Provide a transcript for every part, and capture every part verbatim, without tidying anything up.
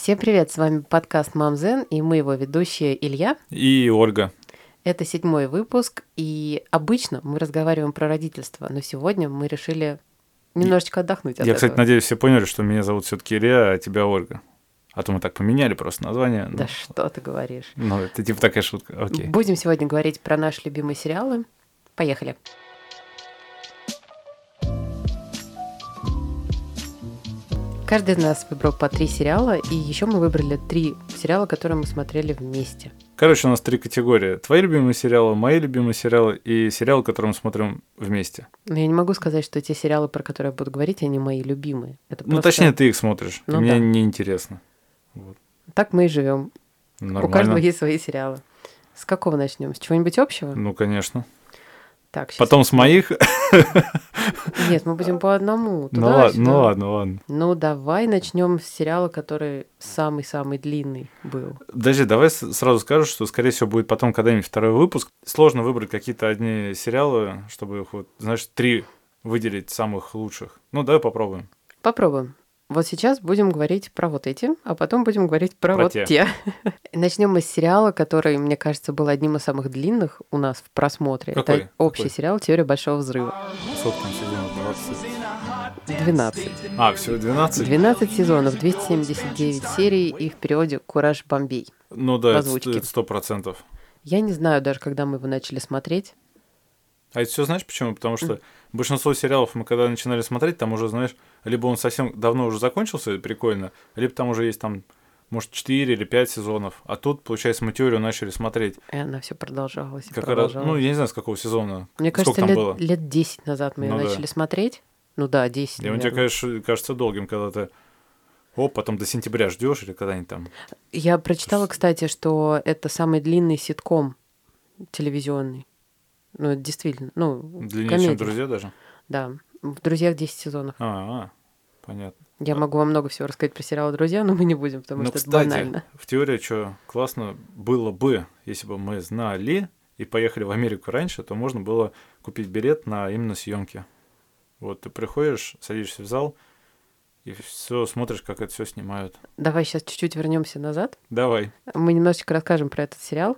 Всем привет, с вами подкаст «Мамзен», и мы его ведущие Илья и Ольга. Это седьмой выпуск, и обычно мы разговариваем про родительство, но сегодня мы решили немножечко отдохнуть от Я, этого. кстати, надеюсь, все поняли, что меня зовут все-таки Илья, а тебя Ольга. А то мы так поменяли просто название. Да ну, что ты говоришь. Ну, это типа такая шутка. Окей. Будем сегодня говорить про наши любимые сериалы. Поехали. Каждый из нас выбрал по три сериала, и еще мы выбрали три сериала, которые мы смотрели вместе. Короче, у нас три категории. Твои любимые сериалы, мои любимые сериалы и сериалы, которые мы смотрим вместе. Но я не могу сказать, что те сериалы, про которые я буду говорить, они мои любимые. Это Ну, просто... точнее, ты их смотришь. Ну, мне да. неинтересно. Вот. Так мы и живем. Нормально. У каждого есть свои сериалы. С какого начнем? С чего-нибудь общего? Ну, конечно. Так, сейчас. Потом с моих. Нет, мы будем по одному. Ну ладно, ну ладно, ладно. Ну давай начнем с сериала, который самый-самый длинный был. Подожди, давай с- сразу скажу, что, скорее всего, будет потом когда-нибудь второй выпуск. Сложно выбрать какие-то одни сериалы, чтобы их, вот, знаешь, три выделить самых лучших. Ну, давай попробуем. Попробуем. Вот сейчас будем говорить про вот эти, а потом будем говорить про, Про вот те. те. Начнем мы с сериала, который, мне кажется, был одним из самых длинных у нас в просмотре. Какой? Это общий Какой? сериал «Теория большого взрыва». Сколько там сезонов? двадцать? двенадцать. А, всего двенадцать? двенадцать сезонов, двести семьдесят девять серий, и в переводе «Кураж Бомбей». Ну в да, это озвучке. это сто процентов. Я не знаю даже, когда мы его начали смотреть. А это все знаешь почему? Потому что большинство сериалов мы когда начинали смотреть, там уже, знаешь, либо он совсем давно уже закончился, прикольно, либо там уже есть там, может, четыре или пять сезонов. А тут, получается, мы теорию начали смотреть. И она все продолжалась и Как раз, продолжалась. ну, я не знаю, с какого сезона. Мне Сколько кажется, там лет, было? лет десять назад мы Ну ее да. начали смотреть. Ну да, десять, И он тебе, наверное. конечно, кажется долгим, когда ты, о, потом до сентября ждешь или когда-нибудь там. Я прочитала, кстати, что это самый длинный ситком телевизионный. Ну, это действительно. Ну, Длиннее, комедия. чем «Друзья» даже? Да. В «Друзьях» десять сезонов. А, а, понятно. Я могу вам много всего рассказать про сериал «Друзья», но мы не будем, потому Ну, что это кстати, банально. в теории, что классно было бы, если бы мы знали и поехали в Америку раньше, то можно было купить билет на именно съемки. Вот ты приходишь, садишься в зал и все смотришь, как это все снимают. Давай сейчас чуть-чуть вернемся назад. Давай. Мы немножечко расскажем про этот сериал.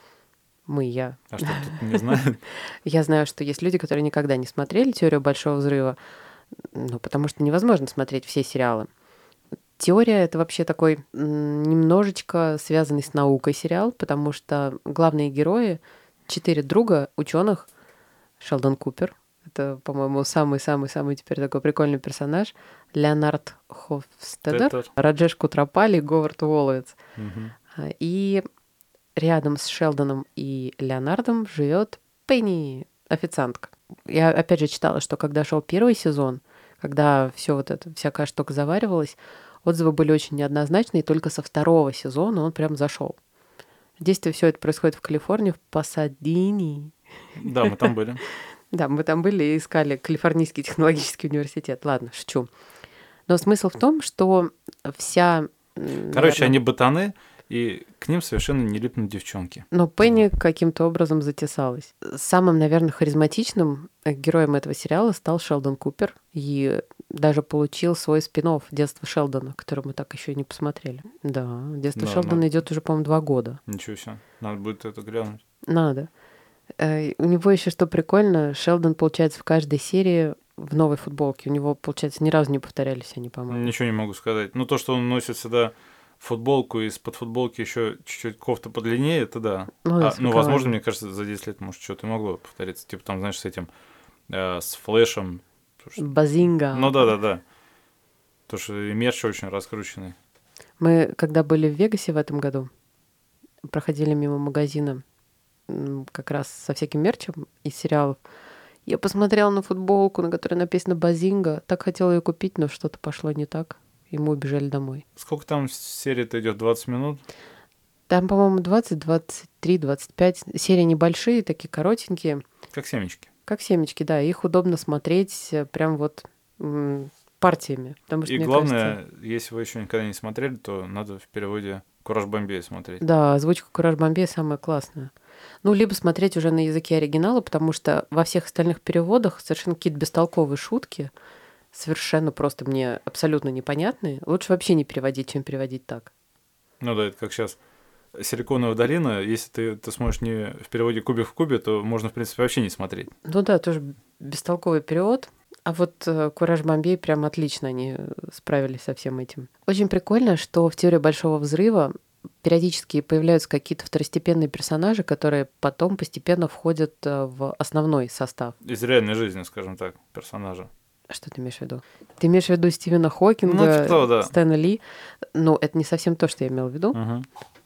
Мы, я. А что, кто-то не знает? Я знаю, что есть люди, которые никогда не смотрели «Теорию большого взрыва», ну, потому что невозможно смотреть все сериалы. «Теория» — это вообще такой м, немножечко связанный с наукой сериал, потому что главные герои — четыре друга ученых. Шелдон Купер — это, по-моему, самый-самый-самый теперь такой прикольный персонаж. Леонард Хофстедер, Тедер. Раджеш Кутрапали, Говард Уоллес. Мгм. А, И рядом с Шелдоном и Леонардом живет Пенни, официантка. Я опять же читала, что когда шел первый сезон, когда все вот это, всякая штука заваривалась, отзывы были очень неоднозначные, и только со второго сезона он прям зашел. Действие все это происходит в Калифорнии, в Пасадине. Да, мы там были. Да, мы там были и искали Калифорнийский технологический университет. Ладно, шучу. Но смысл в том, что вся... м, Короче, наверно, они ботаны, и к ним совершенно не липнут девчонки. Но Пенни каким-то образом затесалась. Самым, наверное, харизматичным э, героем этого сериала стал Шелдон Купер. И даже получил свой спин-офф «Детство Шелдона», который мы так еще и не посмотрели. Да, «Детство Да, Шелдона» надо. идет уже, по-моему, два года. Ничего себе. Надо будет это глянуть. Надо. Э, У него еще что прикольно, Шелдон, получается, в каждой серии в новой футболке. У него, получается, ни разу не повторялись они, по-моему. Ничего не могу сказать. Ну, то, что он носит всегда футболку, и из-под футболки еще чуть-чуть кофта подлиннее, это да. Ну, да, А, с ну, рукавами. возможно, мне кажется, за десять лет, может, что-то и могло повториться. Типа там, знаешь, с этим, э, с флешем. Потому что- Базинга. Ну, да-да-да. Потому что и мерч очень раскрученный. Мы, когда были в Вегасе в этом году, проходили мимо магазина м, как раз со всяким мерчем из сериалов. Я посмотрела на футболку, на которой написано «Базинга». Так хотела ее купить, но что-то пошло не так. И мы убежали домой. Сколько там серия-то идет? двадцать минут? Там, по-моему, двадцать, двадцать три, двадцать пять. Серии небольшие, такие коротенькие. Как семечки. Как семечки, да. Их удобно смотреть э, прям вот м, партиями. Потому что, И мне главное, кажется, если вы еще никогда не смотрели, то надо в переводе «Кураж Бомбей» смотреть. да, озвучка «Кураж Бомбей» самая классная. Ну, либо смотреть уже на языке оригинала, потому что во всех остальных переводах совершенно какие-то бестолковые шутки, совершенно просто мне абсолютно непонятные. Лучше вообще не переводить, чем переводить так. Ну да, это как сейчас Силиконовая долина, если ты, ты смотришь не в переводе кубик в кубе, то можно, в принципе, вообще не смотреть. Ну да, тоже бестолковый перевод. А вот э, Кураж Бомбей прям отлично они э, справились со всем этим. Очень прикольно, что в «Теории Большого взрыва» периодически появляются какие-то второстепенные персонажи, которые потом постепенно входят э, в основной состав. Из реальной жизни, скажем так, персонажа. Что ты имеешь в виду? Ты имеешь в виду Стивена Хокинга, Ну, типа того, да. Стэна Ли? Ну, это не совсем то, что я имела в виду. Угу.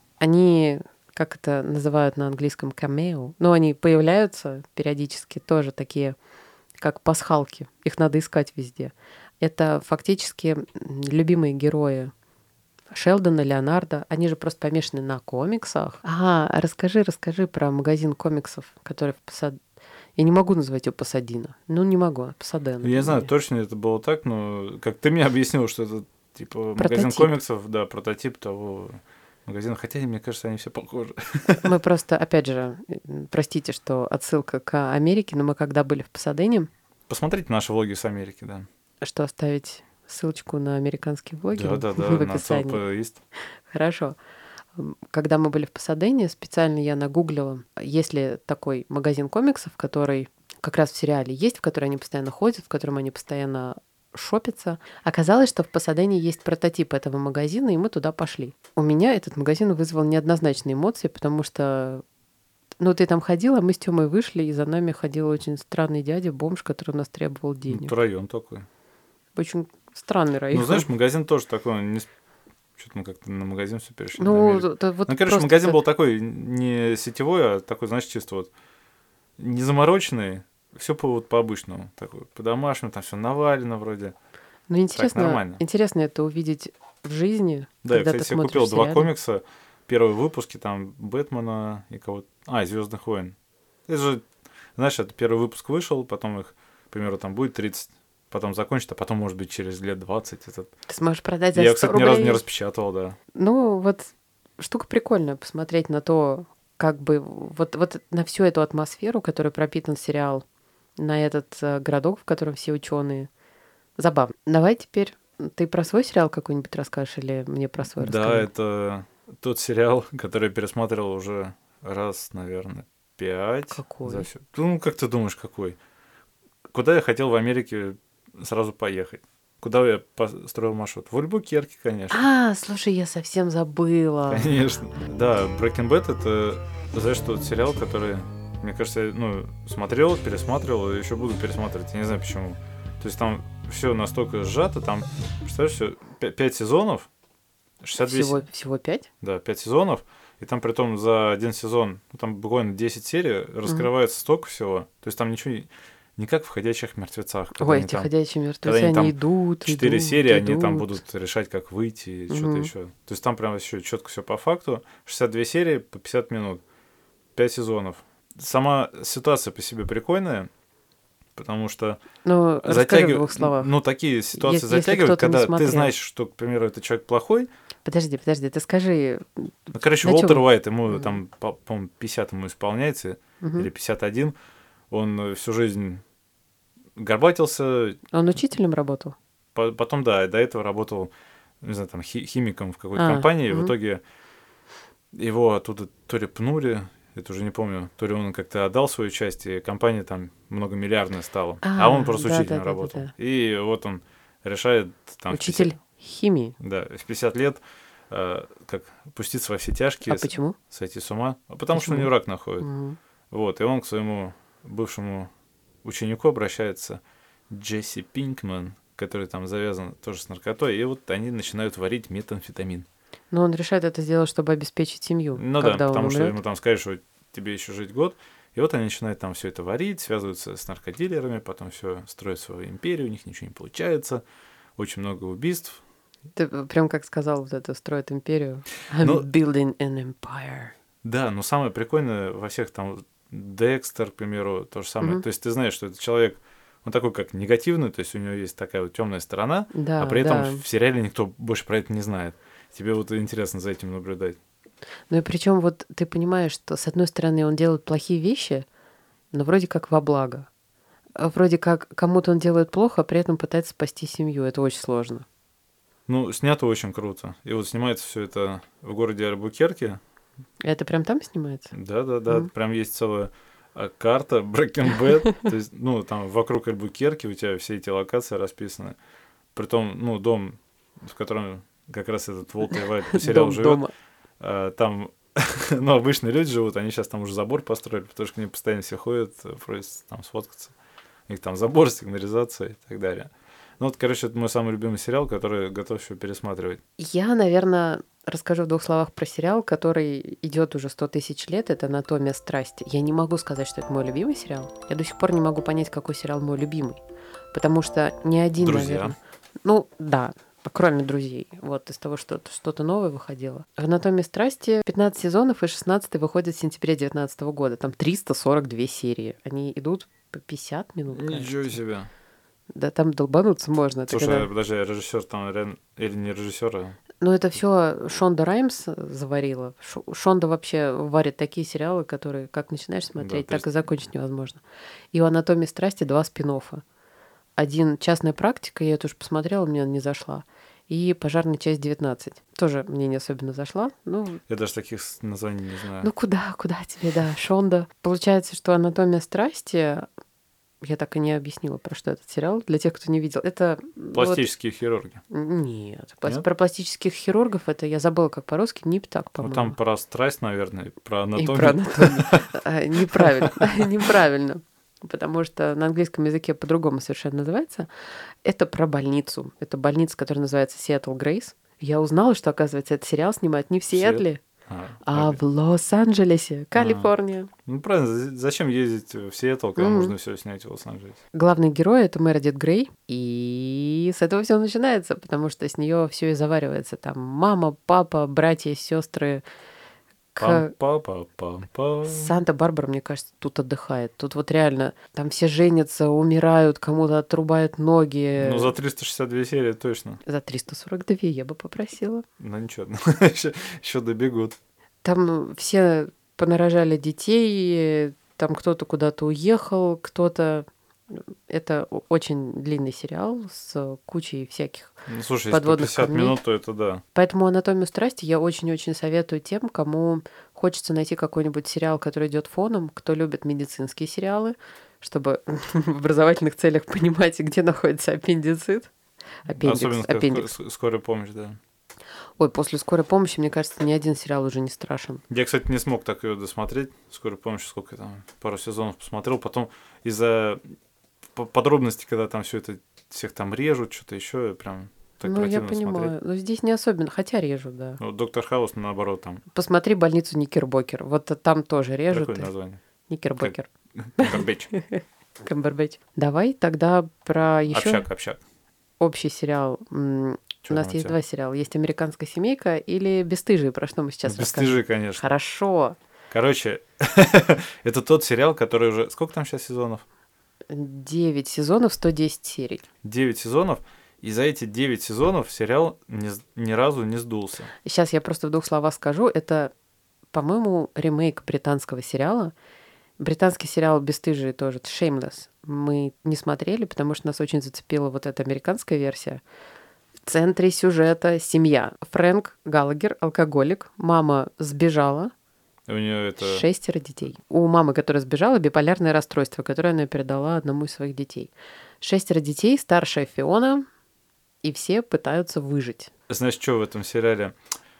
Они, как это называют на английском, камео, но они появляются периодически тоже такие, как пасхалки. Их надо искать везде. Это фактически любимые герои Шелдона, Леонардо. Они же просто помешаны на комиксах. Ага, расскажи, расскажи про магазин комиксов, который в Пасад... Я не могу назвать его Пасадина. Ну, не могу. Пасадена. Я не знаю, точно это было так, но как ты мне объяснил, что это типа Прототип. магазин комиксов, да, прототип того магазина. Хотя, мне кажется, они все похожи. Мы просто, опять же, простите, что отсылка к Америке, но мы когда были в Пасадене... Посмотрите наши влоги с Америки, да. Что оставить ссылочку на американские влоги Да, да, да, в на описании. ссылку есть. Хорошо. Когда мы были в Пасадене, специально я нагуглила, есть ли такой магазин комиксов, который как раз в сериале есть, в который они постоянно ходят, в котором они постоянно шопятся. Оказалось, что в Пасадене есть прототип этого магазина, и мы туда пошли. У меня этот магазин вызвал неоднозначные эмоции, потому что ну, ты там ходила, мы с Тёмой вышли, и за нами ходил очень странный дядя, бомж, который у нас требовал денег. Это район такой. Очень странный район. Ну, знаешь, магазин тоже такой, не... что-то мы как-то на магазин все перешли. Ну, это вот ну, короче, магазин был такой не сетевой, а такой, знаешь, чисто вот не замороченный, все по, вот, по обычному, такой, по-домашнему, там все навалено вроде. Ну, интересно, интересно это увидеть в жизни. Да, я, кстати, себе купил два комикса. Первые выпуски, там, Бэтмена и кого-то... А, «Звездных войн». Это же, знаешь, это первый выпуск вышел, потом их, к примеру, там будет тридцать, потом закончится, а потом, может быть, через лет двадцать. Этот... Ты сможешь продать за Я, сто кстати, рублей. ни разу не распечатывал, да. Ну, вот штука прикольная, посмотреть на то, как бы, вот, вот на всю эту атмосферу, которой пропитан сериал, на этот э, городок, в котором все ученые. Забавно. Давай теперь ты про свой сериал какой-нибудь расскажешь или мне про свой да, расскажешь? Да, это тот сериал, который я пересматривал уже раз, наверное, пять. Какой? За всё. Ну, как ты думаешь, какой? Куда я хотел в Америке сразу поехать? Куда я построил маршрут? В Альбукерке, конечно. А, слушай, я совсем забыла. Конечно. Да, Breaking Bad — это, знаешь, тот сериал, который, мне кажется, я, ну, смотрел, пересматривал, и еще буду пересматривать. Я не знаю почему. То есть там все настолько сжато, там, представляешь, все, пять сезонов, шестьдесят две... Всего, всего пять? Да, пять сезонов, и там при том за один сезон, ну, там буквально десять серий, раскрывается mm-hmm. столько всего. То есть там ничего, не как в «Ходячих мертвецах». Ой, эти там, «Ходячие мертвецы», они, они идут, четыре идут, серии, идут. они там будут решать, как выйти, mm-hmm. что-то еще. То есть там прям еще четко все по факту. шестьдесят две серии по пятьдесят минут, пять сезонов. Сама ситуация по себе прикольная, потому что ну, затягив... в двух словах. Ну, такие ситуации если, затягивают, если когда ты знаешь, что, к примеру, это человек плохой. Подожди, подожди, ты скажи. Ну, короче, Уолтер чем... Уайт, ему mm-hmm. там, по-моему, пятьдесят ему исполняется, mm-hmm. или пятьдесят один. Он всю жизнь горбатился. Он учителем работал? Потом, да, до этого работал, не знаю, там, химиком в какой-то а, компании. Mm-hmm. В итоге его оттуда то ли пнули, это уже не помню, то ли он как-то отдал свою часть, и компания там многомиллиардная стала. А, а он просто да, учителем да, работал. Да, да, да. И вот он решает... Там, учитель пятьдесят... химии. Да, в пятьдесят лет э, как пуститься во все тяжкие. А с... почему? Сойти с ума. А потому почему? Что у него рак находит. Угу. Вот, и он к своему бывшему ученику обращается, Джесси Пинкман, который там завязан тоже с наркотой, и вот они начинают варить метамфетамин. Но он решает это сделать, чтобы обеспечить семью. Ну да, потому что ему там сказали, что тебе еще жить год. И вот они начинают там все это варить, связываются с наркодилерами, потом все строят свою империю, у них ничего не получается, очень много убийств. Ты прям как сказал, вот это строит империю. I'm ну, building an empire. Да, но самое прикольное во всех там Декстер, к примеру, то же самое. Mm-hmm. То есть ты знаешь, что этот человек, он такой как негативный, то есть у него есть такая вот темная сторона, да, а при этом да. в сериале никто больше про это не знает. Тебе вот интересно за этим наблюдать. Ну и причем вот ты понимаешь, что с одной стороны он делает плохие вещи, но вроде как во благо. Вроде как кому-то он делает плохо, а при этом пытается спасти семью. Это очень сложно. Ну, снято очень круто. И вот снимается все это в городе Альбукерке. Это прям там снимается? Да-да-да, Мгм. прям есть целая а, карта Breaking Bad. То есть, ну, там вокруг Альбукерки у тебя все эти локации расписаны. Притом, ну, дом, в котором как раз этот Уолтер Уайт по сериалу Дом живет, дома. а, там, ну, обычные люди живут, они сейчас там уже забор построили, потому что к ним постоянно все ходят, э, просят там сфоткаться. У них там забор, сигнализация и так далее. Ну, вот, короче, это мой самый любимый сериал, который готов еще пересматривать. Я, наверное, расскажу в двух словах про сериал, который идет уже сто тысяч лет. Это «Анатомия страсти». Я не могу сказать, что это мой любимый сериал. Я до сих пор не могу понять, какой сериал мой любимый. Потому что ни один, Друзья. наверное... Ну, да, кроме «Друзей». Вот из того, что что-то новое выходило. «Анатомия страсти» пятнадцать сезонов, и шестнадцатый выходит в сентябре две тысячи девятнадцатого года. Там триста сорок две серии. Они идут по пятьдесят минут, Ничего кажется. себе. Да там долбануться можно. Это Слушай, когда- а подожди, а режиссер там реально... Или не режиссер, а... Ну, это все Шонда Раймс заварила. Ш- Шонда вообще варит такие сериалы, которые как начинаешь смотреть, Да, так и закончить невозможно. И у «Анатомии страсти» два спин-оффа. Один «Частная практика», я это уж посмотрела, мне она не зашла. И «Пожарная часть девятнадцать». Тоже мне не особенно зашла. Ну, Я даже таких с- названий не знаю. ну куда, куда тебе, да, Шонда. Получается, что «Анатомия страсти», я так и не объяснила, про что этот сериал, для тех, кто не видел. Это вот- Пластические хирурги. Нет. Пла- Нет? Про пластических хирургов это я забыла, как по-русски, НИПТАК, Ну, по-моему. там про страсть, наверное, и про И анатомию. про анатомию. А, Неправильно. Неправильно. Потому что на английском языке по-другому совершенно называется. Это про больницу. Это больница, которая называется Seattle Grace. Я узнала, что, оказывается, этот сериал снимают не в Сиэтл? Сиэтле, А, а окей. в Лос-Анджелесе, Калифорния. Ну, правильно, за- зачем ездить в Сиэтл, когда Мгм. можно все снять в Лос-Анджелесе? Главный герой — это Мередит Грей, и с этого все начинается, потому что с нее все и заваривается. Там мама, папа, братья, сестры. К... Пам-па-па-пам-пам. Санта-Барбара, мне кажется, тут отдыхает. Тут вот реально, там все женятся, умирают, кому-то отрубают ноги. Ну, за триста шестьдесят две серии точно. За триста сорок два я бы попросила. Ну, ничего, еще добегут. Там все понарожали детей, там кто-то куда-то уехал, кто-то... Это о- очень длинный сериал с кучей всяких. Ну, слушай, если по Подводных пятьдесят камней. минут, то это да. Поэтому «Анатомию страсти» я очень-очень советую тем, кому хочется найти какой-нибудь сериал, который идет фоном, кто любит медицинские сериалы, чтобы в образовательных целях понимать, где находится аппендицит. Аппендикс, Особенно ска- аппендикс. ск- скорая помощь, да. Ой, после «Скорой помощи», мне кажется, ни один сериал уже не страшен. Я, кстати, не смог так ее досмотреть. Скорую помощь, сколько там, пару сезонов посмотрел. Потом из-за по- подробностей, когда там все это, всех там режут, что-то еще, прям так Ну, я противно понимаю. смотреть. Но здесь не особенно, хотя режут, да. Ну, Доктор Хаус, наоборот, там. Посмотри «Больницу Никербокер». Вот там тоже режут. Какое и- название? Никербокер. Камбербэтч. Камбербэтч. Давай тогда про еще Общак, общак. общий сериал. М, Чё У нас там есть тебя? два сериала. Есть «Американская семейка» или «Бесстыжие», про что мы сейчас расскажем. Бесстыжие, конечно. Хорошо. Короче, это тот сериал, который уже... Сколько там сейчас сезонов? Девять сезонов, сто десять серий. Девять сезонов. И за эти девять сезонов сериал ни, с- ни разу не сдулся. Сейчас я просто в двух словах скажу. Это, по-моему, ремейк британского сериала. Британский сериал «Бесстыжие» тоже, «Shameless». Мы не смотрели, потому что нас очень зацепила вот эта американская версия. В центре сюжета семья. Фрэнк Галлагер, алкоголик. Мама сбежала. У нее это... Шестеро детей. У мамы, которая сбежала, биполярное расстройство, которое она передала одному из своих детей. Шестеро детей, старшая Фиона, и все пытаются выжить. Знаешь, что в этом сериале?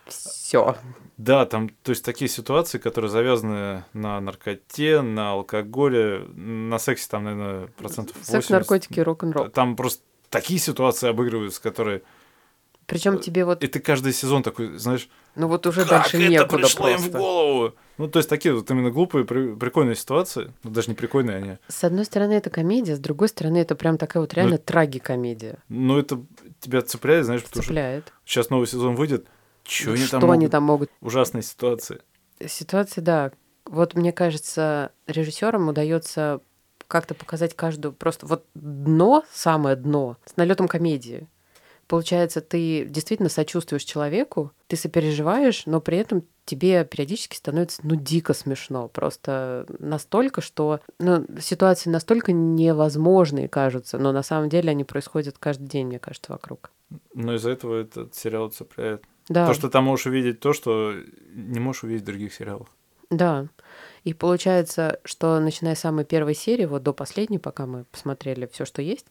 Все. Да, там, то есть, такие ситуации, которые завязаны на наркоте, на алкоголе, на сексе, там, наверное, процентов восемьдесят. Секс, наркотики, рок-н-ролл. Там просто такие ситуации обыгрываются, которые... Причем тебе вот, И ты каждый сезон такой, знаешь, ну вот уже как дальше это некуда пришло им в просто. голову? Ну, то есть, такие вот именно глупые, при- прикольные ситуации. Ну, даже не прикольные они. С одной стороны, это комедия, с другой стороны, это прям такая вот реально трагикомедия. Но это тебя цепляет, знаешь, потому что Цепляет. сейчас новый сезон выйдет. Что они там Что они могут? там могут? Ужасные ситуации. Ситуация, да. Вот мне кажется, режиссерам удается как-то показать каждую просто вот дно, самое дно, с налетом комедии. получается, ты действительно сочувствуешь человеку, ты сопереживаешь, но при этом тебе периодически становится, ну, дико смешно. Просто настолько, что ну, ситуации настолько невозможные кажутся, но на самом деле они происходят каждый день, мне кажется, вокруг. Но из-за этого этот сериал цепляет. Да. То, что там можешь увидеть то, что не можешь увидеть в других сериалах. Да. И получается, что начиная с самой первой серии, вот до последней, пока мы посмотрели все, что есть,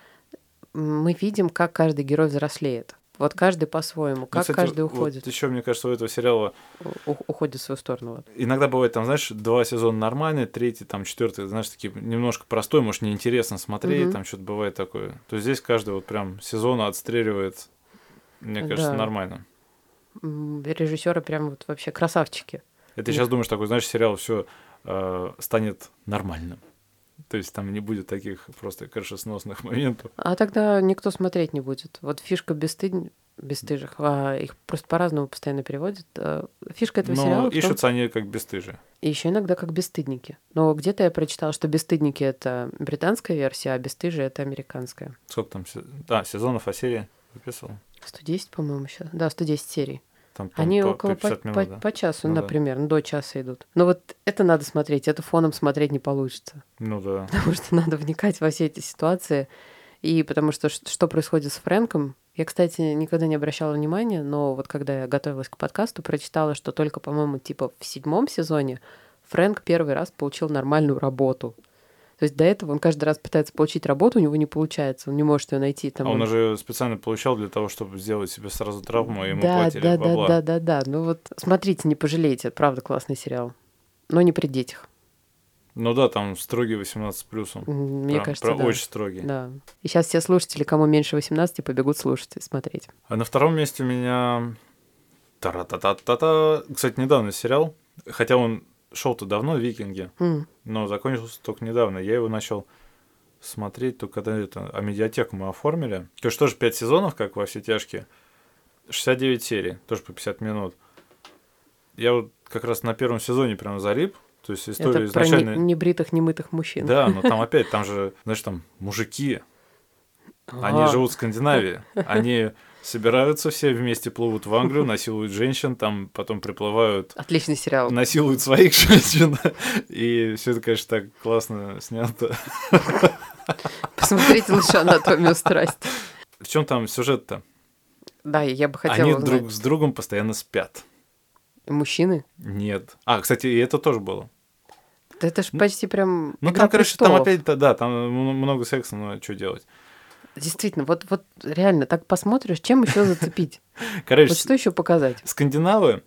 мы видим, как каждый герой взрослеет. Вот каждый по-своему, как, ну, кстати, каждый уходит. Вот еще, мне кажется, у этого сериала у- уходит в свою сторону. Вот. Иногда бывает, там, знаешь, два сезона нормальные, третий, там, четвертый, знаешь, такие немножко простой, может, неинтересно смотреть, угу. Там что-то бывает такое. То есть здесь каждый вот прям сезон отстреливает, мне кажется, да. Нормально. Режиссеры прям вот вообще красавчики. Это ты сейчас думаешь, такой, знаешь, сериал все э, станет нормальным. То есть там не будет таких просто крышесносных моментов. А тогда никто смотреть не будет. Вот фишка бесстыд... бесстыжих, а их просто по-разному постоянно переводят. Фишка этого Но сериала... Но ищутся том... они как бесстыжие. И еще иногда как бесстыдники. Но где-то я прочитала, что бесстыдники — это британская версия, а бесстыжие — это американская. Сколько там? Да, сезонов, а серия выписывал? сто десять, по-моему, сейчас. Да, сто десять серий. Там, Они по, около по, минут, по, да? по часу, ну, например, да. ну, до часа идут. Но вот это надо смотреть, это фоном смотреть не получится. Ну да. Потому что надо вникать во все эти ситуации. И потому что что происходит с Фрэнком... Я, кстати, никогда не обращала внимания, но вот когда я готовилась к подкасту, прочитала, что только, по-моему, типа в седьмом сезоне Фрэнк первый раз получил нормальную работу. То есть до этого он каждый раз пытается получить работу, у него не получается, он не может ее найти. Там а он, он уже специально получал для того, чтобы сделать себе сразу травму, и ему да, платили да, бабла. Да, да, да, да. Ну вот смотрите, не пожалейте, правда классный сериал. Но не при детях. Ну да, там строгий восемнадцать плюсом. Мне прям, кажется, прям да. Очень строгий. Да. И сейчас все слушатели, кому меньше восемнадцати, побегут слушать и смотреть. А на втором месте у меня... Та-ра-та-та-та-та. Кстати, недавно сериал, хотя он шел-то давно, «Викинги», mm. но закончился только недавно. Я его начал смотреть только когда это... А медиатеку мы оформили. Конечно, тоже пять сезонов, как «Во все тяжкие». шестьдесят девять серий, тоже по пятьдесят минут. Я вот как раз на первом сезоне прям залип. То есть история это изначально... про не, небритых, немытых мужчин. Да, но там опять, там же, знаешь, там мужики, они живут в Скандинавии, они собираются все вместе, плывут в Англию, насилуют женщин, там потом приплывают... Отличный сериал. Насилуют своих женщин, и все это, конечно, так классно снято. Посмотрите лучше «Анатомию страсти». В чем там сюжет-то? Да, я бы хотела Они узнать. друг с другом постоянно спят. Мужчины? Нет. А, кстати, и это тоже было. Да это ж почти прям... Ну, там, короче, там опять, да, там много секса, но что делать? Действительно, вот, вот реально, так посмотришь, чем еще зацепить? Короче, вот что еще показать? Скандинавы...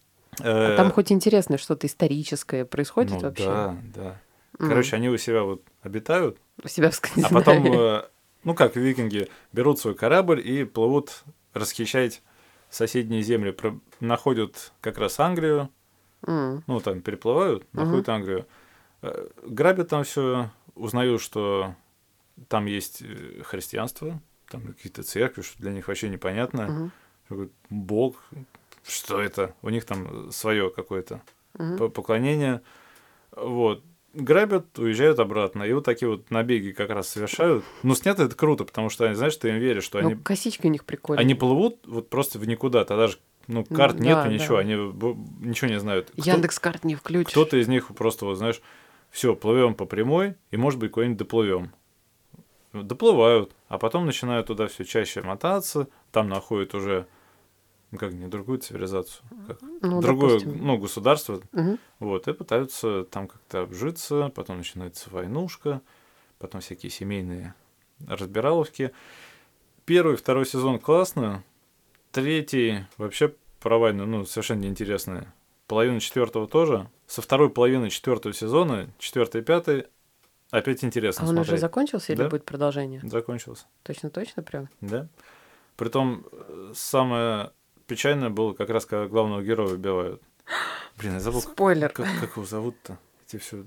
А там хоть интересное что-то историческое происходит ну, вообще? Да, да. Короче, mm. они у себя вот обитают. У себя в Скандинавии. А потом, ну как викинги, берут свой корабль и плывут расхищать соседние земли. Находят как раз Англию. Mm. Ну, там переплывают, находят mm-hmm. Англию. Грабят там все, узнают, что там есть христианство, там какие-то церкви, что для них вообще непонятно. Mm-hmm. Бог, что это? У них там свое какое-то mm-hmm. поклонение. Вот. Грабят, уезжают обратно. И вот такие вот набеги как раз совершают. Но снято это круто, потому что, знаешь, ты им веришь, что ну, они... косички у них прикольные. Они плывут вот просто в никуда. Тогда же ну, карт да, нету, ничего. Да. Они ничего не знают. Яндекс.Карт не включишь. Кто-то из них просто, вот, знаешь, все, плывем по прямой, и, может быть, куда-нибудь доплывем. Доплывают, а потом начинают туда все чаще мотаться, там находят уже, ну как, не другую цивилизацию, как ну, другое ну, государство, угу. вот, и пытаются там как-то обжиться, потом начинается войнушка, потом всякие семейные разбираловки. Первый, второй сезон классно, третий вообще про войну, ну, совершенно неинтересная. Половина четвертого тоже. Со второй половины четвертого сезона, четвертый и пятый, опять интересно а он смотреть. уже закончился да? Или будет продолжение? Закончился. Точно-точно прям? Да. Притом, самое печальное было как раз, когда главного героя убивают. Блин, я забыл. Спойлер. Как, как его зовут-то? Я тебе все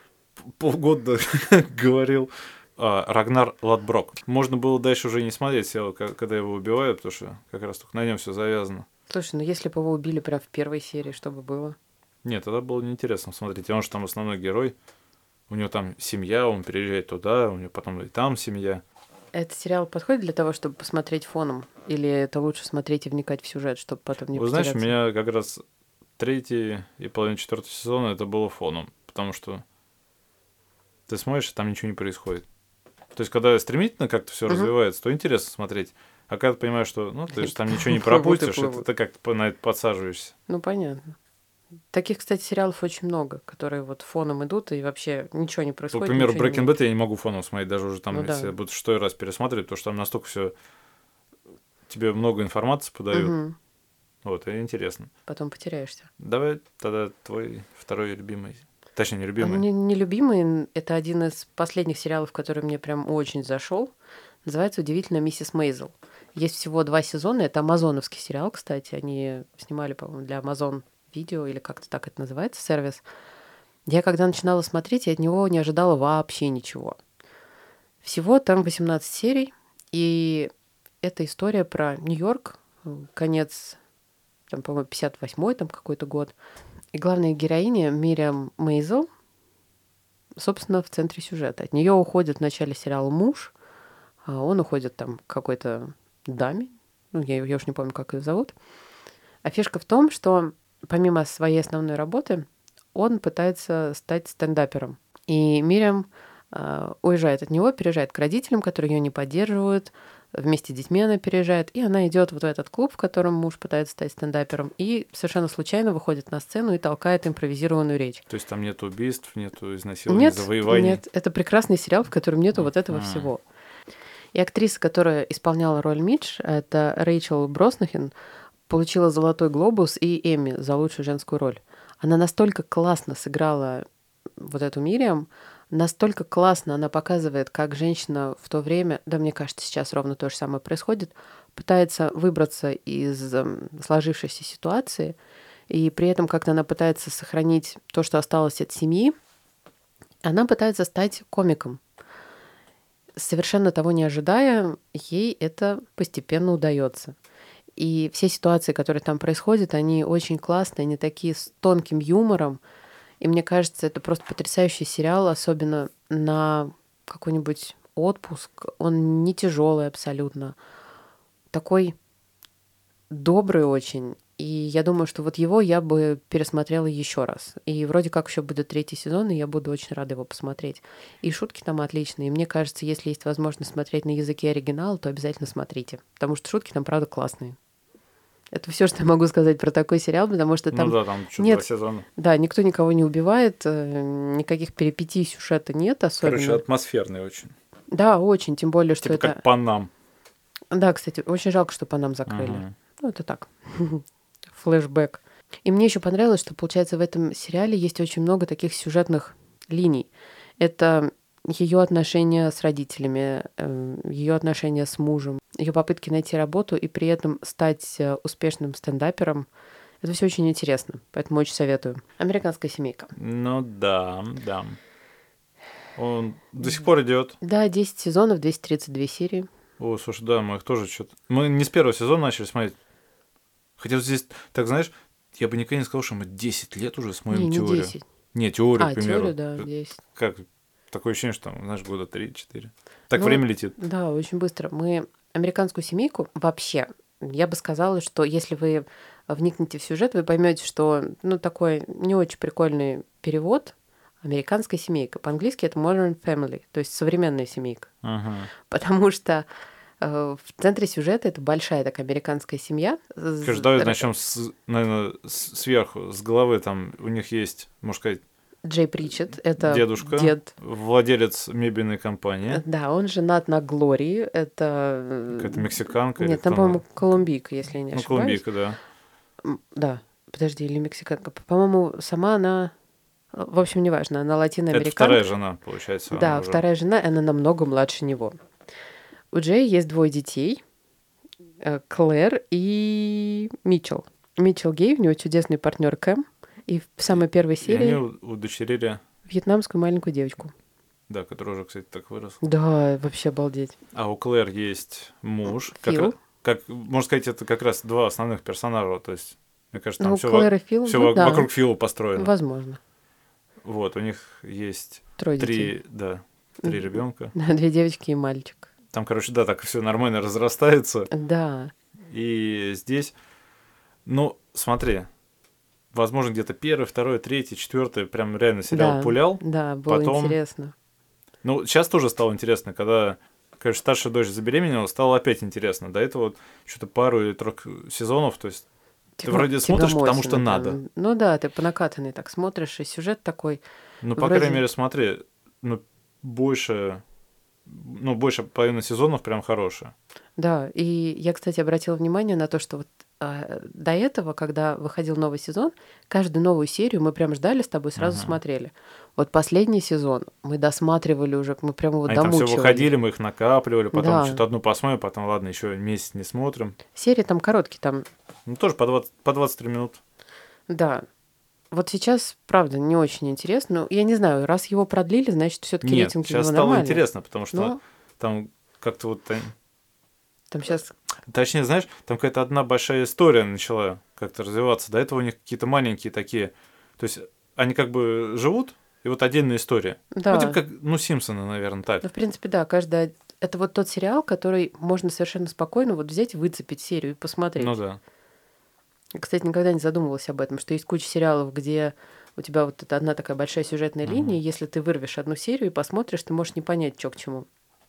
полгода говорил. А, Рагнар Лодброк. Можно было дальше уже не смотреть, сел, когда его убивают, потому что как раз только на нем все завязано. Слушай, ну если бы его убили прям в первой серии, что бы было? Нет, тогда было неинтересно смотреть. Он же там основной герой. У него там семья, он переезжает туда, у него потом и там семья. Этот сериал подходит для того, чтобы посмотреть фоном? Или это лучше смотреть и вникать в сюжет, чтобы потом не Вы знаешь, у потеряться? меня как раз третий и половина четвертого сезона это было фоном, потому что ты смотришь, и там ничего не происходит. То есть, когда стремительно как-то все Мгм. развивается, то интересно смотреть. А когда ты понимаешь, что ну, ты же там ничего не Плывут и пропустишь, это плывут. ты как-то на это подсаживаешься. Ну, понятно. Таких, кстати, сериалов очень много, которые вот фоном идут, и вообще ничего не По происходит, примеру, ничего не Breaking меняется. Bad я не могу фоном смотреть, даже уже там, Ну если я да. буду шестой раз пересматривать, потому что там настолько все тебе много информации подают. Мгм. Вот, и интересно. Потом потеряешься. Давай тогда твой второй любимый. Точнее, не любимый. Он не, не любимый, н- это один из последних сериалов, который мне прям очень зашел. Называется «Удивительная миссис Мейзел». Есть всего два сезона, это амазоновский сериал, кстати. Они снимали, по-моему, для Amazon Видео, или как-то так это называется, сервис. Я когда начинала смотреть, я от него не ожидала вообще ничего. Всего там восемнадцать серий, и это история про Нью-Йорк, э, конец, там, по-моему, пятьдесят восьмой там какой-то год. И главная героиня Мириам Мейзел, собственно, в центре сюжета. От нее уходит в начале сериала муж, а он уходит там к какой-то даме, ну, я, я уж не помню, как ее зовут. А фишка в том, что помимо своей основной работы, он пытается стать стендапером. И Мириам э, уезжает от него, переезжает к родителям, которые ее не поддерживают. Вместе с детьми она переезжает, и она идет вот в этот клуб, в котором муж пытается стать стендапером, и совершенно случайно выходит на сцену и толкает импровизированную речь. То есть там нет убийств, нету изнасилований, Нет, завоеваний. нет, это прекрасный сериал, в котором нету вот этого А. всего. И актриса, которая исполняла роль Мидж, это Рэйчел Броснахин, получила «Золотой глобус» и «Эмми» за лучшую женскую роль. Она настолько классно сыграла вот эту Мириам, настолько классно она показывает, как женщина в то время, да, мне кажется, сейчас ровно то же самое происходит, пытается выбраться из эм, сложившейся ситуации, и при этом как-то она пытается сохранить то, что осталось от семьи, она пытается стать комиком. Совершенно того не ожидая, ей это постепенно удается. И все ситуации, которые там происходят, они очень классные, они такие с тонким юмором. И мне кажется, это просто потрясающий сериал, особенно на какой-нибудь отпуск. Он не тяжелый абсолютно, такой добрый очень. И я думаю, что вот его я бы пересмотрела еще раз. И вроде как еще будет третий сезон, и я буду очень рада его посмотреть. И шутки там отличные. И мне кажется, если есть возможность смотреть на языке оригинала, то обязательно смотрите. Потому что шутки там, правда, классные. Это все, что я могу сказать про такой сериал, потому что там Ну да, там что-то нет, два сезона. да, никто никого не убивает, э, никаких перипетий сюжета нет особенно. Короче, атмосферный очень. Да, очень, тем более, что Типа это... как Панам. Да, кстати, очень жалко, что по нам закрыли. Ага. Ну, это так, флешбэк. И мне еще понравилось, что, получается, в этом сериале есть очень много таких сюжетных линий. Это ее отношения с родителями, ее отношения с мужем, ее попытки найти работу и при этом стать э, успешным стендапером. Это все очень интересно, поэтому очень советую. «Американская семейка». Ну да, да. Он до сих пор идет. Да, десять сезонов, двести тридцать две серии. О, слушай, да, мы их тоже что-то... Мы не с первого сезона начали смотреть. Хотя вот здесь, так знаешь, я бы никогда не сказал, что мы десять лет уже смотрим Не, не теорию. десять. Не, теорию, А, к примеру. теорию, да, десять. Как? Такое ощущение, что там, знаешь, года три-четыре. Так Ну, время летит. Да, очень быстро. Мы «Американскую семейку» вообще, я бы сказала, что если вы вникнете в сюжет, вы поймете, что ну, такой не очень прикольный перевод «Американская семейка». По-английски это «Modern Family», то есть современная семейка. Ага. Потому что э, в центре сюжета это большая такая американская семья. Скажи, давай начнем, с, наверное, с- сверху, с головы. Там у них есть, можно сказать, Джей Причет, это дедушка, дед. владелец мебельной компании. Да, он женат на Глории, это... э, Какая-то мексиканка. или Нет, там, кто она? по-моему, колумбийка, если я не Ну, ошибаюсь. колумбийка, да. М, Да, подожди, или мексиканка. По-моему, сама она... э, В общем, неважно, она латиноамериканка. Это вторая жена, получается. Да, она уже. вторая жена, и она намного младше него. У Джей есть двое детей, э, Клэр и Митчелл. Митчелл гей, у него чудесный партнер Кэм, и в самой первой И серии они у- удочерили, вьетнамскую маленькую девочку. да, которая уже, кстати, так выросла. Да, вообще обалдеть. А у Клэр есть муж. Как, Фил. ра- как, можно сказать, это как раз два основных персонажа. То есть, мне кажется, там Ну, все, Клэр и Фил, все ну да, вокруг Фила построено. возможно. Вот, у них есть Трое детей. три, да, три ребенка. Да, две девочки и мальчик. Там, короче, да, так все нормально разрастается. Да. И здесь, ну, смотри, возможно, где-то первый, второй, третий, четвертый, прям реально сериал Да, пулял. да, было Потом, интересно. ну, сейчас тоже стало интересно, когда, конечно, старшая дочь забеременела, стало опять интересно. До этого вот что-то пару или трех сезонов, то есть ты Тяга- вроде смотришь, потому что тягомотина надо. там. Ну да, ты по накатанной так смотришь, и сюжет такой. Ну, по Вроде- крайней мере, смотри, ну, больше, ну, больше половины сезонов прям хорошая. Да, и я, кстати, обратила внимание на то, что вот а, до этого, когда выходил новый сезон, каждую новую серию мы прям ждали с тобой, сразу Ага. смотрели. Вот последний сезон мы досматривали уже, мы прям его Они там домучивали. все выходили, мы их накапливали, потом Да. что-то одну посмотрим, потом, ладно, еще месяц не смотрим. Серии там короткие, там, Ну, тоже по двадцать, по двадцать три минут. да. Вот сейчас, правда, не очень интересно. Ну, я не знаю, раз его продлили, значит, все-таки Нет, рейтинг сейчас его стало нормальный. интересно, потому что Но там как-то вот... они- там сейчас... Точнее, знаешь, там какая-то одна большая история начала как-то развиваться. До этого у них какие-то маленькие такие... То есть они как бы живут, и вот отдельная история. Да. Ну, типа как, ну, Симпсоны, наверное, так. Ну, в принципе, да, каждая... Это вот тот сериал, который можно совершенно спокойно вот взять, выцепить серию и посмотреть. Ну да. Кстати, никогда не задумывалась об этом, что есть куча сериалов, где у тебя вот эта одна такая большая сюжетная Мгм. линия, и если ты вырвешь одну серию и посмотришь, ты можешь не понять, что к чему.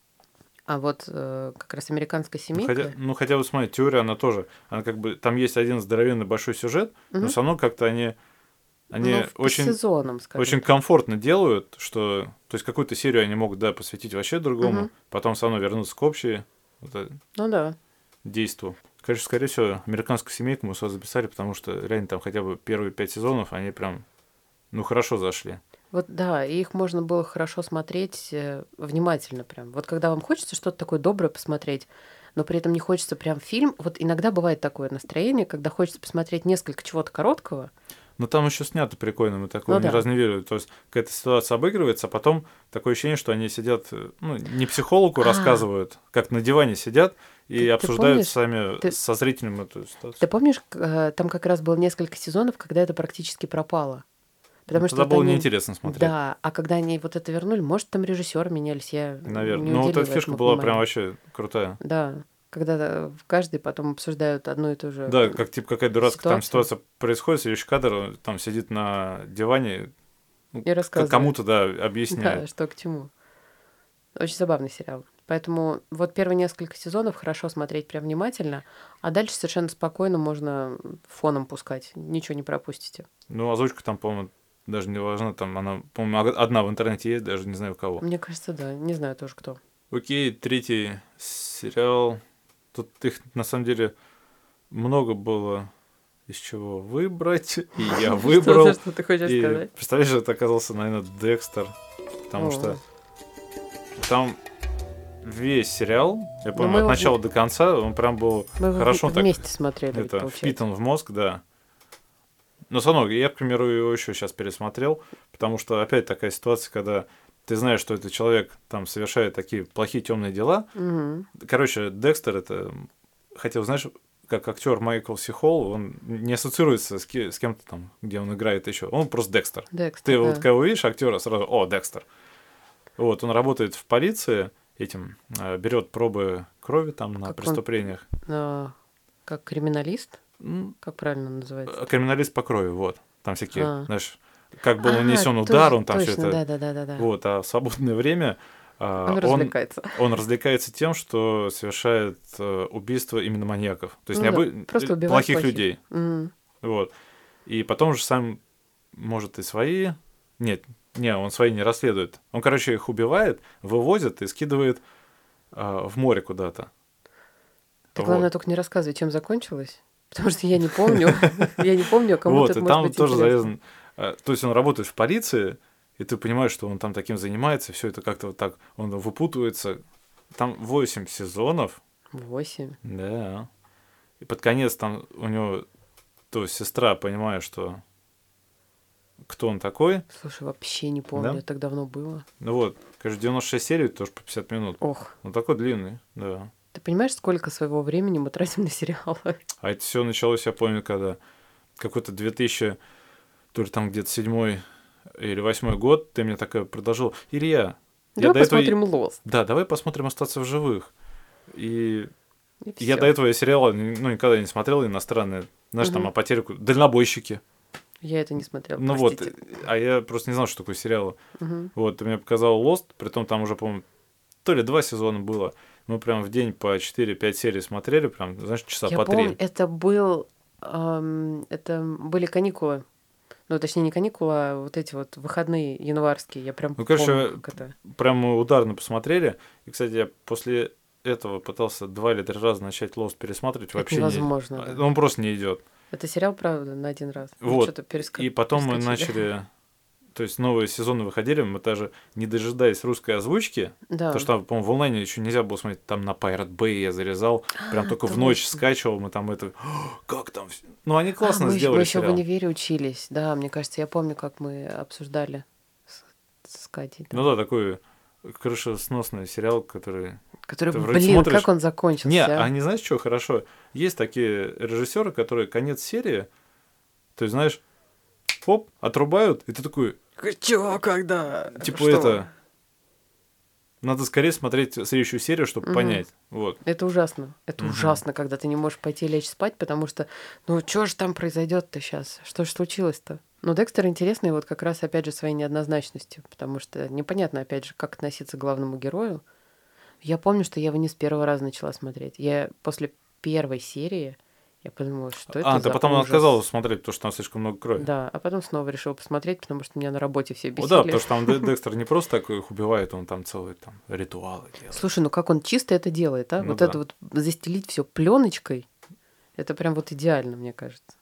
А вот э, как раз «Американская Ну семейка». хотя, ну, хотя бы, смотри, теория, она тоже, она как бы, там есть один здоровенный большой сюжет, но Мгм. все равно как-то они, они Ну, по очень, сезонам, скажем очень так. комфортно делают, что, то есть какую-то серию они могут, да, посвятить вообще другому, Мгм. потом все равно вернуться к общей вот, э, Ну да. действу. Конечно, скорее всего, «Американскую семейку» мы сразу записали, потому что реально там хотя бы первые пять сезонов, они прям, ну, хорошо зашли. Вот да, и их можно было хорошо смотреть э, внимательно прям. Вот когда вам хочется что-то такое доброе посмотреть, но при этом не хочется прям фильм. Вот иногда бывает такое настроение, когда хочется посмотреть несколько чего-то короткого. Но там еще снято прикольно, мы такого Ну ни да. разу не видели. То есть какая-то ситуация обыгрывается, а потом такое ощущение, что они сидят, э, ну, не психологу А. рассказывают, как на диване сидят и Ты- ты обсуждают помнишь, сами ты- со зрителем эту Ты ситуацию. помнишь, к- э, там как раз было несколько сезонов, когда это практически пропало. Потому что Тогда вот было они- неинтересно смотреть. Да, а когда они вот это вернули, может, там режиссеры менялись, я Наверное. не Но вот уделила эта фишка этому была внимания. прям вообще крутая. Да, когда э, каждый потом обсуждают одну и ту же. Да, как типа какая-то дурацкая там ситуацию. ситуация происходит, следующий кадр, он там сидит на диване, ну, И к- рассказывают. кому-то, да, Да, объясняет. что к чему. Очень забавный сериал. Поэтому вот первые несколько сезонов хорошо смотреть прям внимательно, а дальше совершенно спокойно можно фоном пускать, ничего не пропустите. Ну, озвучка там, по-моему, даже не важна, там она, по-моему, ог- одна в интернете есть, даже не знаю у кого. Мне кажется, да, не знаю тоже кто. Окей, третий сериал. Тут их на самом деле много было из чего выбрать, и я выбрал. Что, что ты хочешь И сказать? представляешь, это оказался, наверное, Декстер, потому О. что там весь сериал, я помню, мы от его начала до конца, он прям был Мы его хорошо в- так вместе смотрели, ведь, это, получается. впитан в мозг, да. Но все равно, я, к примеру, его еще сейчас пересмотрел, потому что опять такая ситуация, когда ты знаешь, что этот человек там совершает такие плохие темные дела. Мгм. Короче, Декстер это, хотел, знаешь, как актер Майкл Си Холл, он не ассоциируется с, ки- с кем-то там, где он играет еще. Он просто Декстер. Декстер, Ты да. вот когда увидишь актера, сразу, о, Декстер. Вот, он работает в полиции, этим, э, берет пробы крови там на Как он- преступлениях. А, как криминалист? М, Как правильно называется? Криминалист по крови, вот. Там всякие, А. знаешь, как был А, нанесен точно, удар, он там все точно, это. да, да, да, да, да. Вот, а в свободное время а, Он он, развлекается. он развлекается тем, что совершает э, убийство именно маньяков. То есть Ну не да, обы- просто э, убивает плохих плохих. людей. Мгм. Вот. И потом же сам может и свои... Нет, не, он свои не расследует. Он, короче, их убивает, вывозит и скидывает а, в море куда-то. Ты, Вот. главное, только не рассказывай, чем закончилось. Потому что я не помню. Я не помню, а кому-то Вот, это и может там быть тоже интересно. завязан... а, То есть он работает в полиции, и ты понимаешь, что он там таким занимается, все это как-то вот так, он выпутывается. Там восемь сезонов, Восемь. да. И под конец там у него, то есть сестра, понимая, что кто он такой, Слушай, вообще не помню, Да? это так давно было. ну вот, конечно, девяносто шесть серий, тоже по пятьдесят минут. Ох, Ну такой длинный, да. ты понимаешь, сколько своего времени мы тратим на сериалы? А это все началось, я помню, когда какой-то две тысячи, то ли там где-то седьмой или восьмой год, ты мне такая предложил, Илья, Я Давай до этого... посмотрим Lost. Да, давай посмотрим «Остаться в живых». И, И я всё. до этого сериала ну, никогда не смотрел иностранные. Знаешь, там Мгм. о потере... Дальнобойщики. Я это не смотрела, Ну вот, простите. а я просто не знал, что такое сериал. Мгм. Вот, ты мне показал Lost, притом там уже, по-моему, то ли два сезона было. Мы прям в день по четыре-пять серий смотрели, прям, знаешь, часа Я по помню, три. это был... ам, это были каникулы. Ну, точнее, не каникулы, а вот эти вот выходные январские. Я прям Ну, помню, короче, как это... прям мы ударно посмотрели. И, кстати, я после этого пытался два или три раза начать Lost пересматривать. Это Вообще не... невозможно, да. Он просто не идет. Это сериал, правда, на один раз. Мы Вот. что-то переска- И потом мы перескочили. начали... То есть новые сезоны выходили, мы даже не дожидаясь русской озвучки, Да. потому что, по-моему, в онлайне еще нельзя было смотреть, там на Pirate Bay я зарезал, прям А, только в ночь точно. скачивал, мы там это... Как там? всё?» Ну, они классно а, мы, ещё- сделали мы еще в сериал. универе учились. Да, мне кажется, я помню, как мы обсуждали с, с Катей. там. Ну да, такой крышесносный сериал, который... Который, ты вроде блин, смотришь- как он закончился. Не, а? а не знаешь, что хорошо? Есть такие режиссеры, которые конец серии, то есть, знаешь, хоп, отрубают, и ты такой, Чё, когда? типа Что? это... Надо скорее смотреть следующую серию, чтобы Мгм. понять. Вот. Это ужасно. Это Мгм. ужасно, когда ты не можешь пойти лечь спать, потому что, ну, что же там произойдет-то сейчас? Что же случилось-то? Ну, Декстер интересный вот как раз, опять же, своей неоднозначностью, потому что непонятно, опять же, как относиться к главному герою. Я помню, что я его не с первого раза начала смотреть. Я после первой серии, я подумала, что это А, за ты потом ужас. отказалась смотреть, потому что там слишком много крови. Да, а потом снова решила посмотреть, потому что меня на работе все О, бесили. да, потому что там Де- Декстер не просто так их убивает, он там целые там ритуалы делает. Слушай, ну как он чисто это делает, а? Ну вот да. это вот застелить все пленочкой, это прям вот идеально, мне кажется.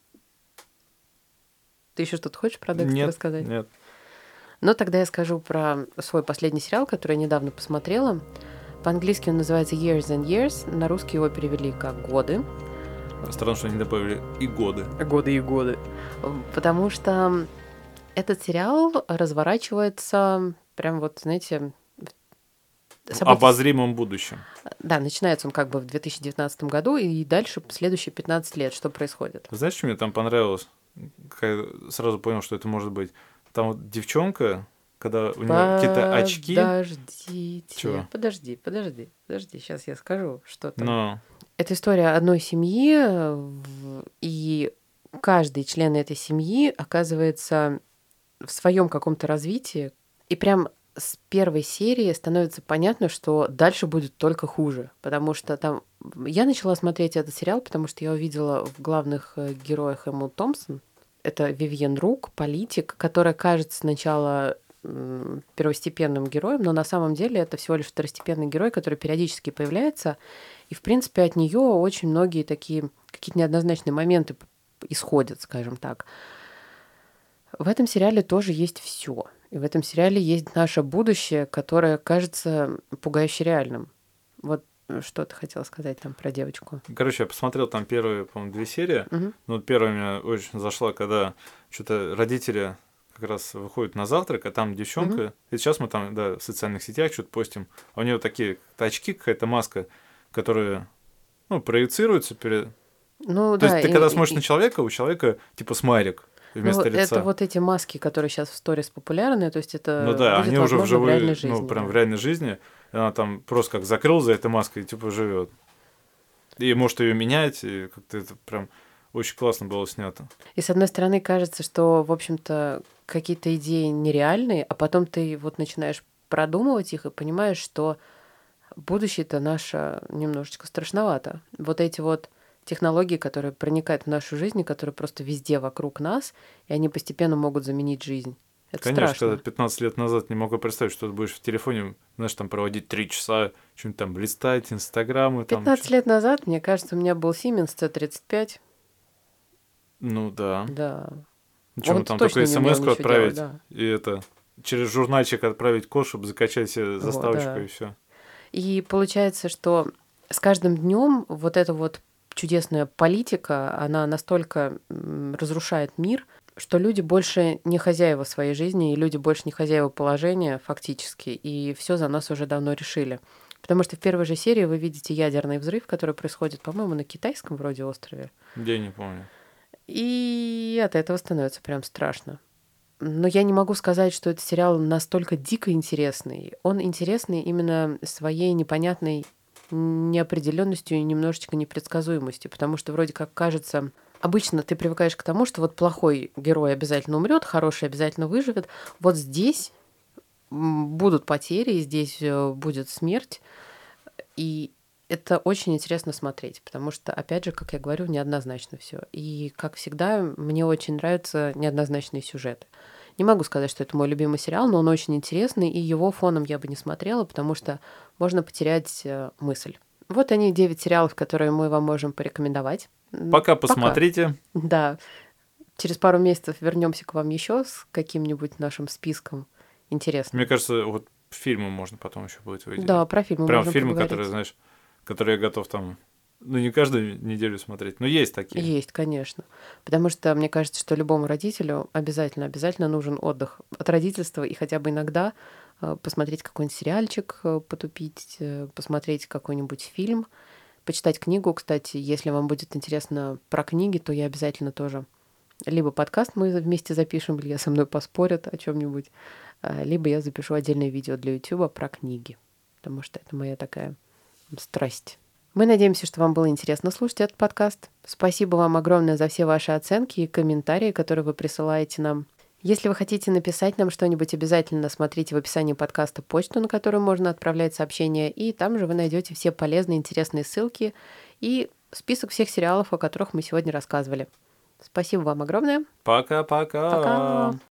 Ты еще что-то хочешь про Декстера Нет, сказать? нет. Ну, тогда я скажу про свой последний сериал, который я недавно посмотрела. По-английски он называется Years and Years, на русский его перевели как «Годы». Странно, что они добавили и годы. Годы и годы. Потому что этот сериал разворачивается прям вот, знаете... В события- обозримом будущем. Да, начинается он как бы в две тысячи девятнадцатом году, и дальше следующие пятнадцать лет, что происходит. Знаешь, что мне там понравилось? Когда сразу понял, что это может быть. Там вот девчонка, когда у нее какие-то очки. Подождите. Чего? Подожди, подожди, подожди. Сейчас я скажу, что там. Но Это история одной семьи, в- и каждый член этой семьи оказывается в своем каком-то развитии, и прям с первой серии становится понятно, что дальше будет только хуже, потому что там... Я начала смотреть этот сериал, потому что я увидела в главных э, героях Эмму Томпсон. Это Вивьен Рук, политик, которая кажется сначала м, первостепенным героем, но на самом деле это всего лишь второстепенный герой, который периодически появляется, и, в принципе, от нее очень многие такие какие-то неоднозначные моменты п- исходят, скажем так. В этом сериале тоже есть все. И в этом сериале есть наше будущее, которое кажется пугающе реальным. Вот э, что ты хотела сказать там про девочку? короче, я посмотрел там первые, по-моему, две серии. Мгм. Ну, вот первая меня очень зашла, когда что-то родители как раз выходят на завтрак, а там девчонка. И сейчас мы там, да, в социальных сетях что-то постим. А у нее такие как-то очки, какая-то маска, которая, ну, проецируется перед... Ну То да, есть ты и- когда и- смотришь и- на человека, у человека типа смайлик ну, вместо лица. это вот эти маски, которые сейчас в сторис популярны, то есть это Ну да, будет они уже возможно в вживую, реальной жизни. ну, прям да. в реальной жизни. И она там просто как закрыл за этой маской и типа живет. И может ее менять, и как-то это прям очень классно было снято. И с одной стороны кажется, что, в общем-то, какие-то идеи нереальные, а потом ты вот начинаешь продумывать их и понимаешь, что будущее-то наше немножечко страшновато. Вот эти вот технологии, которые проникают в нашу жизнь, и которые просто везде вокруг нас, и они постепенно могут заменить жизнь. Это Конечно, страшно. когда пятнадцать лет назад не мог бы представить, что ты будешь в телефоне, знаешь, там проводить три часа, что-нибудь там листать, инстаграмы. Там, пятнадцать чё- лет назад, мне кажется, у меня был Siemens си тридцать пять. Ну да. Да. Ну, что, мы Он там точно только не умел смс-ку ничего отправить, делать, да. и это через журнальчик отправить код, чтобы закачать себе Вот, заставочку, да. и все. И получается, что с каждым днем вот эта вот чудесная политика, она настолько м, разрушает мир, что люди больше не хозяева своей жизни, и люди больше не хозяева положения фактически, и все за нас уже давно решили. Потому что в первой же серии вы видите ядерный взрыв, который происходит, по-моему, на китайском вроде острове. Я не помню. И от этого становится прям страшно. Но я не могу сказать, что этот сериал настолько дико интересный. Он интересный именно своей непонятной неопределенностью и немножечко непредсказуемостью, потому что вроде как кажется, обычно ты привыкаешь к тому, что вот плохой герой обязательно умрет, хороший обязательно выживет. Вот здесь будут потери, здесь будет смерть, и это очень интересно смотреть, потому что, опять же, как я говорю, неоднозначно все. И, как всегда, мне очень нравятся неоднозначные сюжеты. Не могу сказать, что это мой любимый сериал, но он очень интересный, и его фоном я бы не смотрела, потому что можно потерять мысль. Вот они, девять сериалов, которые мы вам можем порекомендовать. Пока посмотрите. Пока. Да. Через пару месяцев вернемся к вам еще с каким-нибудь нашим списком интересным. Мне кажется, вот фильмы можно потом еще будет выйти. Да, про фильмы Прям можем фильмы, поговорить. которые, знаешь, которые я готов там, ну, не каждую неделю смотреть, но есть такие. Есть, конечно. Потому что мне кажется, что любому родителю обязательно, обязательно нужен отдых от родительства и хотя бы иногда посмотреть какой-нибудь сериальчик, потупить, посмотреть какой-нибудь фильм, почитать книгу. Кстати, если вам будет интересно про книги, то я обязательно тоже либо подкаст мы вместе запишем, Илья со мной поспорит о чем-нибудь, либо я запишу отдельное видео для YouTube про книги, потому что это моя такая страсть. Мы надеемся, что вам было интересно слушать этот подкаст. Спасибо вам огромное за все ваши оценки и комментарии, которые вы присылаете нам. Если вы хотите написать нам что-нибудь, обязательно смотрите в описании подкаста почту, на которую можно отправлять сообщения, и там же вы найдете все полезные, интересные ссылки и список всех сериалов, о которых мы сегодня рассказывали. Спасибо вам огромное. Пока-пока. Пока.